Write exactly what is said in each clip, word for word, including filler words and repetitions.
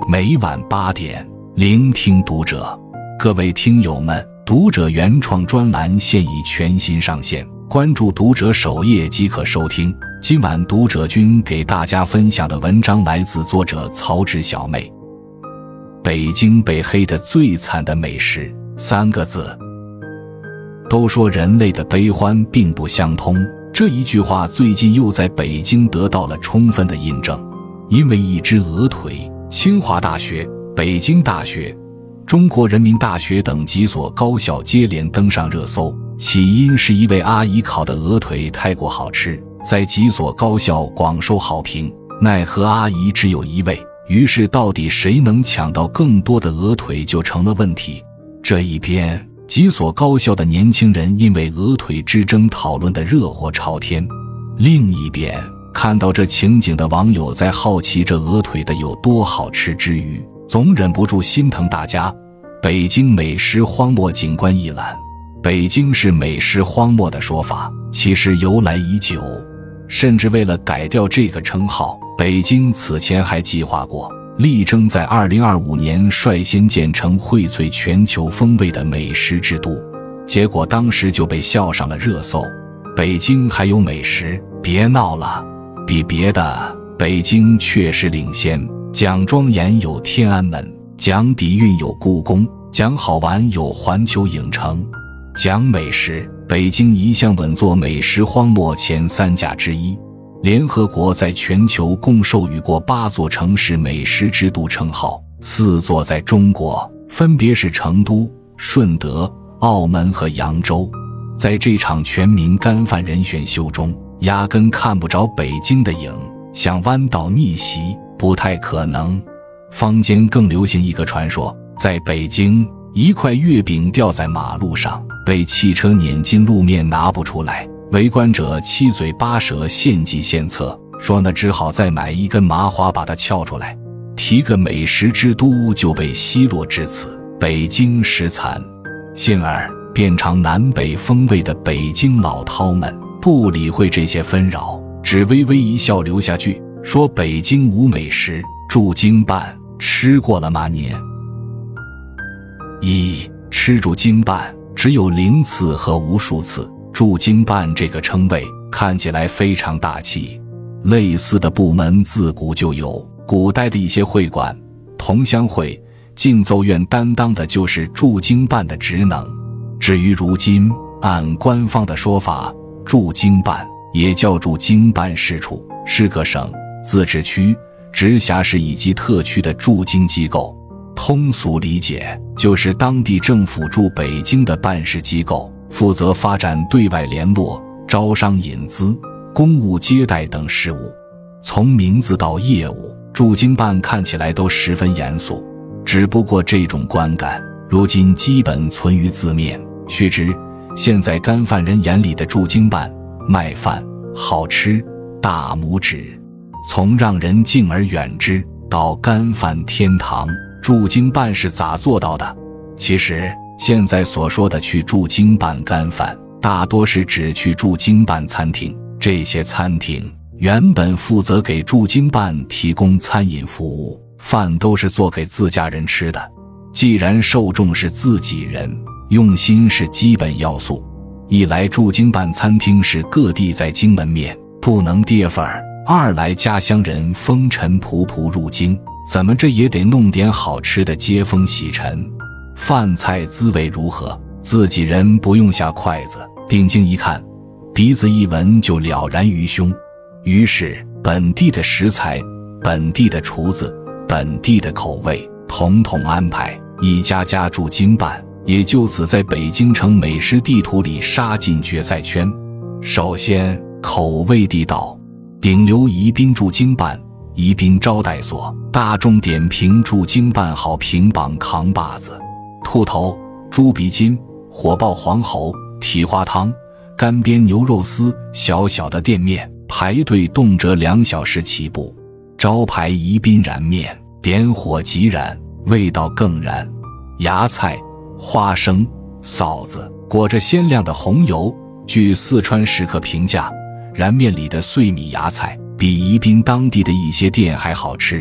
每晚八点，聆听读者。各位听友们，读者原创专栏现已全新上线，关注读者首页即可收听。今晚读者君给大家分享的文章来自作者曹植小妹。北京被黑得最惨的美食，三个字。都说人类的悲欢并不相通，这一句话最近又在北京得到了充分的印证。因为一只鹅腿，清华大学、北京大学、中国人民大学等几所高校接连登上热搜。起因是一位阿姨烤的鹅腿太过好吃，在几所高校广受好评，奈何阿姨只有一位，于是到底谁能抢到更多的鹅腿就成了问题。这一边，几所高校的年轻人因为鹅腿之争讨论得热火朝天，另一边，看到这情景的网友在好奇这鹅腿的有多好吃之余，总忍不住心疼大家。北京美食荒漠景观一览。北京是美食荒漠的说法其实由来已久，甚至为了改掉这个称号，北京此前还计划过力争在二零二五年率先建成荟萃全球风味的美食之都，结果当时就被笑上了热搜。北京还有美食？别闹了！比别的，北京确实领先。讲庄严有天安门，讲底蕴有故宫，讲好玩有环球影城。讲美食，北京一向稳坐美食荒漠前三甲之一。联合国在全球共授予过八座城市美食之都称号，四座在中国，分别是成都、顺德、澳门和扬州。在这场全民干饭人选秀中，压根看不着北京的影，想弯道逆袭不太可能。坊间更流行一个传说，在北京，一块月饼掉在马路上，被汽车碾进路面拿不出来，围观者七嘴八舌献计献策，说那只好再买一根麻花把它撬出来。提个美食之都就被奚落至此，北京实惨。幸而遍尝南北风味的北京老饕们不理会这些纷扰，只微微一笑留下句说北京无美食，驻京办吃过了吗您？一吃驻京办只有零次和无数次，驻京办这个称谓看起来非常大气。类似的部门自古就有，古代的一些会馆、同乡会、进奏院担当的就是驻京办的职能。至于如今，按官方的说法，驻京办也叫驻京办事处，是各省、自治区、直辖市以及特区的驻京机构。通俗理解，就是当地政府驻北京的办事机构，负责发展对外联络、招商引资、公务接待等事务。从名字到业务，驻京办看起来都十分严肃，只不过这种观感如今基本存于字面。须知现在干饭人眼里的驻京办，卖饭、好吃、大拇指，从让人敬而远之到干饭天堂，驻京办是咋做到的？其实现在所说的去驻京办干饭，大多是指去驻京办餐厅。这些餐厅原本负责给驻京办提供餐饮服务，饭都是做给自家人吃的。既然受众是自己人，用心是基本要素。一来驻京办餐厅是各地在京门面，不能跌份儿；二来家乡人风尘仆仆入京，怎么着也得弄点好吃的接风洗尘。饭菜滋味如何，自己人不用下筷子，定睛一看，鼻子一闻就了然于胸。于是本地的食材、本地的厨子、本地的口味统统安排，一家家驻京办也就此在北京城美食地图里杀进决赛圈。首先口味地道，顶流宜宾驻京办、宜宾招待所、大众点评驻京办好评榜扛把子。兔头、猪鼻筋、火爆黄喉、蹄花汤、干煸牛肉丝，小小的店面排队动辄两小时起步。招牌宜宾燃面，点火即燃，味道更燃。芽菜、花生、臊子裹着鲜亮的红油，据四川食客评价，燃面里的碎米芽菜比宜宾当地的一些店还好吃。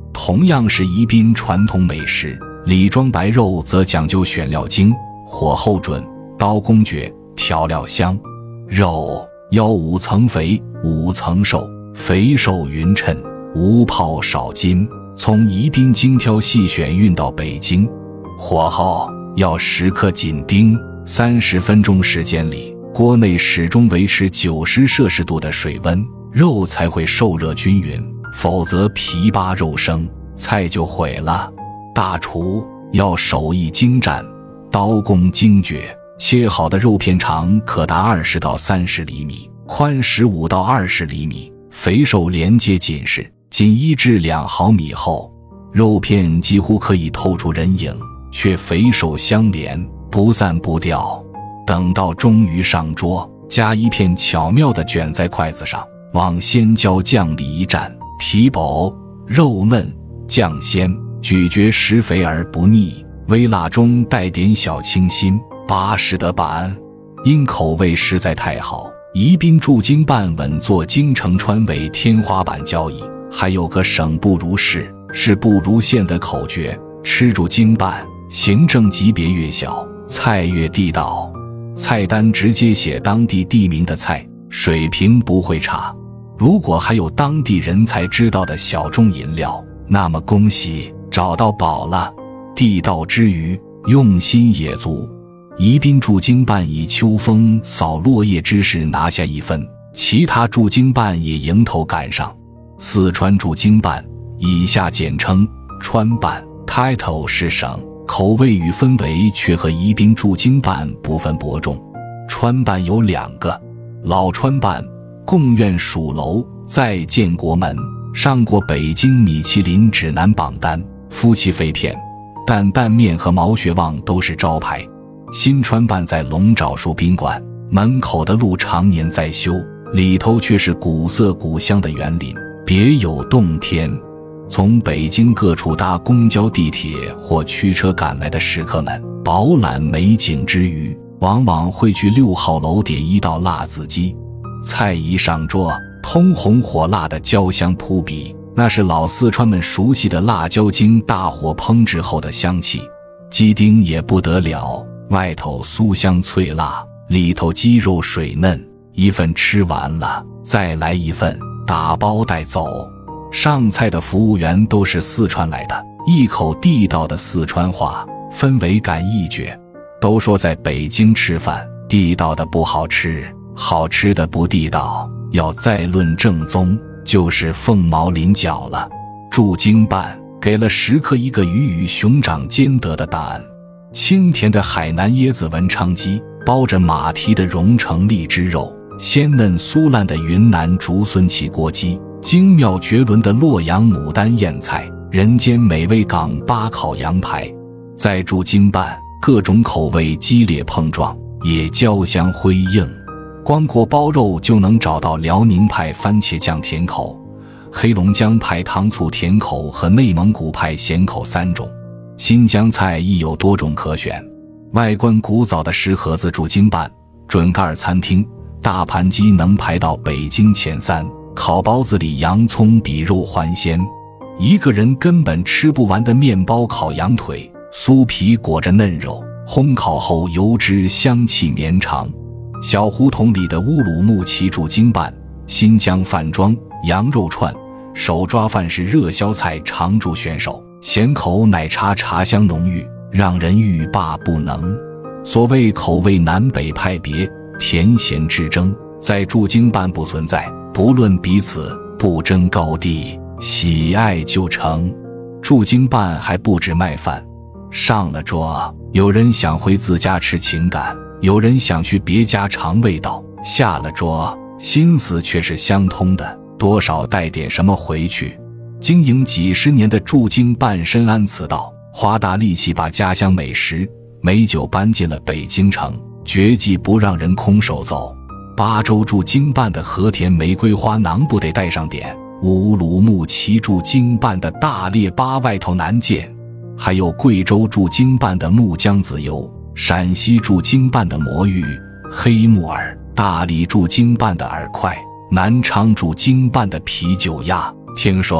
同样是宜宾传统美食，李庄白肉则讲究选料精，火候准，刀工绝，调料香。肉要五层肥，五层瘦，肥瘦匀称，无泡少筋，从宜宾精挑细选运到北京。火候要时刻紧盯，三十分钟时间里，锅内始终维持九十摄氏度的水温，肉才会受热均匀，否则皮扒肉生，菜就毁了。大厨要手艺精湛，刀工精绝，切好的肉片长可达二十到三十厘米，宽十五到二十厘米，肥瘦连接紧实，仅一至两毫米厚，肉片几乎可以透出人影，却肥瘦相连，不散不掉。等到终于上桌，加一片巧妙地卷在筷子上，往鲜椒酱里一蘸，皮薄肉嫩，酱鲜，咀嚼时肥而不腻，微辣中带点小清新，巴适的板。因口味实在太好，宜宾驻京办稳坐京城川为天花板交椅，还有个省不如市，市不如县的口诀，吃驻京办，行政级别越小，菜越地道。菜单直接写当地地名的菜，水平不会差。如果还有当地人才知道的小众饮料，那么恭喜，找到宝了。地道之余，用心也足。宜宾驻京办以秋风扫落叶之势拿下一分，其他驻京办也迎头赶上。四川驻京办，以下简称川办 ，title 是省，口味与氛围却和宜宾驻京办不分伯仲。川办有两个，老川办贡院蜀楼在建国门，上过北京米其林指南榜单，夫妻肺片、担担面和毛血旺都是招牌。新川办在龙爪树宾馆门口的路常年在修，里头却是古色古香的园林，别有洞天。从北京各处搭公交地铁或驱车赶来的食客们，饱览美景之余，往往会去六号楼点一道辣子鸡。菜一上桌，通红火辣的焦香扑鼻，那是老四川们熟悉的辣椒经大火烹制后的香气。鸡丁也不得了，外头酥香脆辣，里头鸡肉水嫩，一份吃完了，再来一份，打包带走。上菜的服务员都是四川来的，一口地道的四川话，氛围感一绝。都说在北京吃饭，地道的不好吃，好吃的不地道，要再论正宗，就是凤毛麟角了。驻京办给了食客一个鱼与熊掌兼得的答案。清甜的海南椰子文昌鸡，包着马蹄的荣成荔枝肉，鲜嫩酥烂的云南竹荪起锅鸡，精妙绝伦的洛阳牡丹燕菜，人间美味港八烤羊排。在驻京办，各种口味激烈碰撞，也交相辉映。光过包肉就能找到辽宁派番茄酱甜口、黑龙江派糖醋甜口和内蒙古派咸口三种。新疆菜亦有多种可选。外观古早的石盒子驻京办、准盖餐厅，大盘鸡能排到北京前三，烤包子里洋葱比肉还鲜。一个人根本吃不完的面包烤羊腿，酥皮裹着嫩肉，烘烤后油脂香气绵长。小胡同里的乌鲁木齐驻京办、新疆饭庄、羊肉串、手抓饭是热销菜常驻选手，咸口奶茶茶香浓郁，让人欲罢不能。所谓口味南北派别，甜咸之争，在驻京办不存在，不论彼此，不争高低，喜爱就成。驻京办还不止卖饭，上了桌，有人想回自家吃情感，有人想去别家尝味道，下了桌，心思却是相通的，多少带点什么回去。经营几十年的驻京办深谙此道，花大力气把家乡美食、美酒搬进了北京城，绝技不让人空手走。巴州驻京办的和田玫瑰花囊不得带上点，乌鲁木齐驻京办的大列巴外头难见，还有贵州驻京办的木姜子油，陕西驻京办的魔芋、黑木耳，大理驻京办的饵块，南昌驻京办的啤酒鸭。听说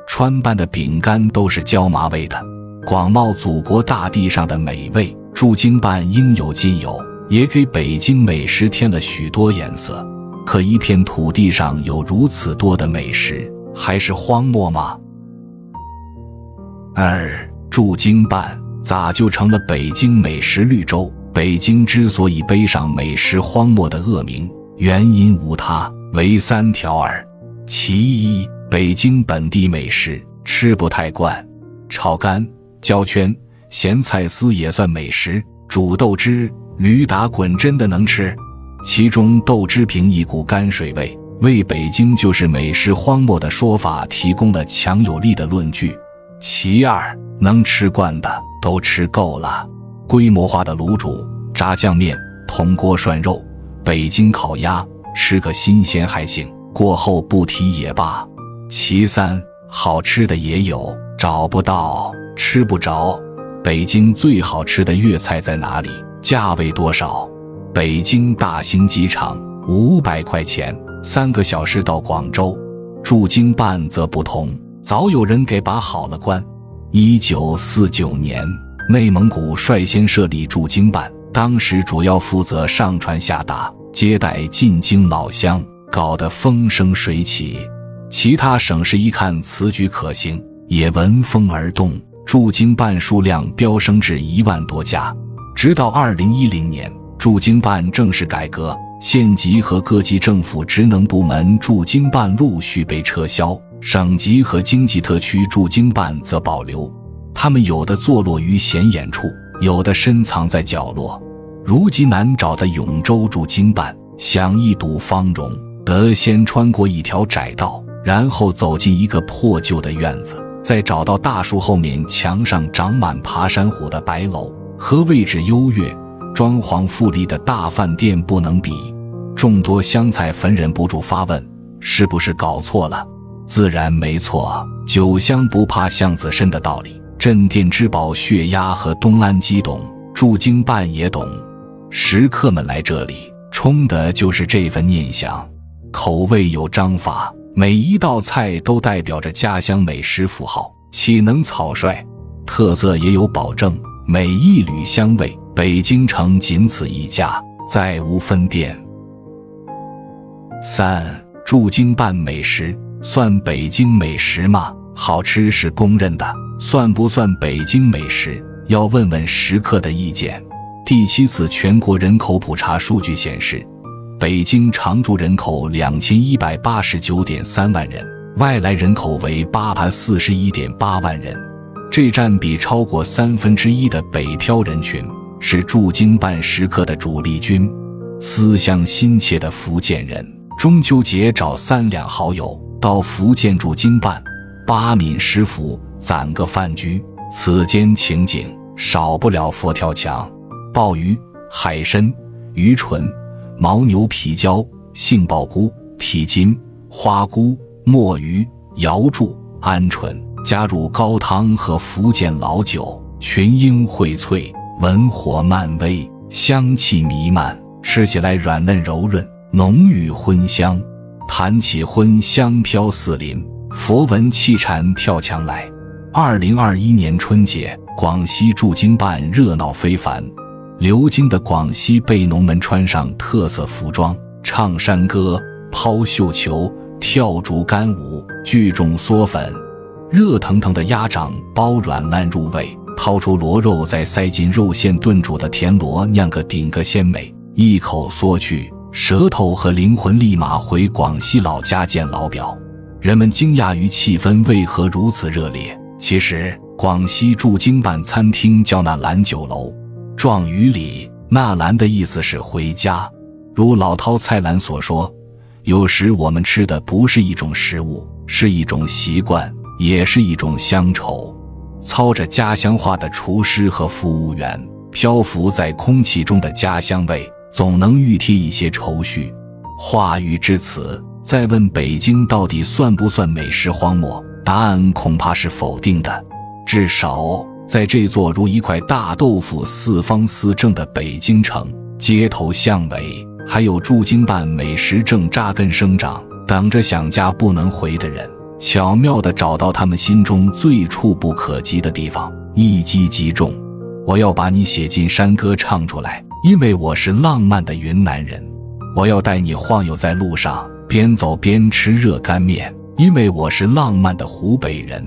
川办的饼干都是椒麻味的，广袤祖国大地上的美味，驻京办应有尽有，也给北京美食添了许多颜色。可一片土地上有如此多的美食，还是荒漠吗？二，驻京办咋就成了北京美食绿洲？北京之所以背上美食荒漠的恶名，原因无他，为三条耳。其一，北京本地美食吃不太惯，炒肝、焦圈、咸菜丝也算美食，煮豆汁、驴打滚真的能吃。其中豆汁凭一股泔水味，为北京就是美食荒漠的说法提供了强有力的论据。其二，能吃惯的都吃够了，规模化的卤煮、炸酱面、铜锅涮肉、北京烤鸭，吃个新鲜还行，过后不提也罢。其三，好吃的也有，找不到，吃不着。北京最好吃的粤菜在哪里？价位多少？北京大兴机场五百块钱，三个小时到广州。驻京办则不同，早有人给把好了关。一九四九年，内蒙古率先设立驻京办，当时主要负责上传下达，接待进京老乡，搞得风生水起。其他省市一看此举可行，也闻风而动，驻京办数量飙升至一万多家。直到二零一零年，驻京办正式改革，县级和各级政府职能部门驻京办陆续被撤销，省级和经济特区驻京办则保留。他们有的坐落于显眼处，有的深藏在角落。如极难找的永州驻京办，想一睹芳容，得先穿过一条窄道，然后走进一个破旧的院子，再找到大树后面墙上长满爬山虎的白楼，和位置优越、装潢富丽的大饭店不能比。众多湘菜粉忍不住发问，是不是搞错了？自然没错，酒香不怕巷子深的道理，镇店之宝血鸭和东安鸡懂，驻京办也懂。食客们来这里冲的就是这份念想，口味有章法，每一道菜都代表着家乡美食符号，岂能草率？特色也有保证，每一缕香味，北京城仅此一家，再无分店。三，驻京办美食算北京美食吗？好吃是公认的，算不算北京美食，要问问食客的意见。第七次全国人口普查数据显示，北京常住人口两千一百八十九点三万人，外来人口为八百四十一点八万人，这占比超过三分之一的北漂人群，是驻京办食客的主力军。思乡心切的福建人，中秋节找三两好友到福建驻京办，八闽食府攒个饭局，此间情景少不了佛跳墙、鲍鱼、海参、鱼唇、牦牛皮椒、杏鲍菇、蹄筋、花菇、墨鱼、瑶柱、鹌鹑，加入高汤和福建老酒，群英荟萃，文火漫微，香气弥漫，吃起来软嫩柔润，浓郁荤香。谈起荤香飘四邻，佛闻气禅跳墙来。二零二一年春节，广西驻京办热闹非凡。流经的广西贝农们穿上特色服装，唱山歌，抛绣球，跳竹竿舞，聚众嗦粉。热腾腾的鸭掌包软烂入味，掏出螺肉，再塞进肉馅炖煮的田螺，酿个顶个鲜美。一口嗦去，舌头和灵魂立马回广西老家见老表。人们惊讶于气氛为何如此热烈，其实广西驻京办餐厅叫纳兰酒楼，壮语里纳兰的意思是回家。如老饕蔡澜所说，有时我们吃的不是一种食物，是一种习惯，也是一种乡愁。操着家乡话的厨师和服务员，漂浮在空气中的家乡味，总能熨贴一些愁绪。话语至此，再问北京到底算不算美食荒漠，答案恐怕是否定的。至少在这座如一块大豆腐四方四正的北京城，街头巷尾还有驻京办美食正扎根生长，等着想家不能回的人。 巧妙地找到他们心中最触不可及的地方，一击即中。我要把你写进山歌唱出来，因为我是浪漫的云南人。我要带你晃悠在路上，边走边吃热干面，因为我是浪漫的湖北人。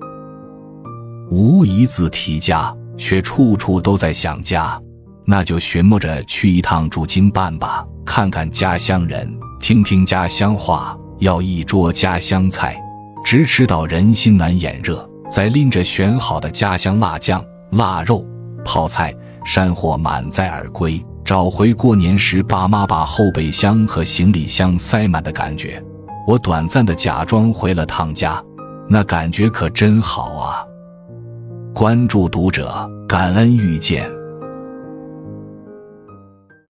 无一字提家，却处处都在想家。那就寻摸着去一趟驻京办吧，看看家乡人，听听家乡话，要一桌家乡菜，直吃到人心暖眼热，再拎着选好的家乡辣酱、腊肉、泡菜、山货满载而归，找回过年时爸妈把后备箱和行李箱塞满的感觉。我短暂地假装回了趟家，那感觉可真好啊！关注读者，感恩遇见。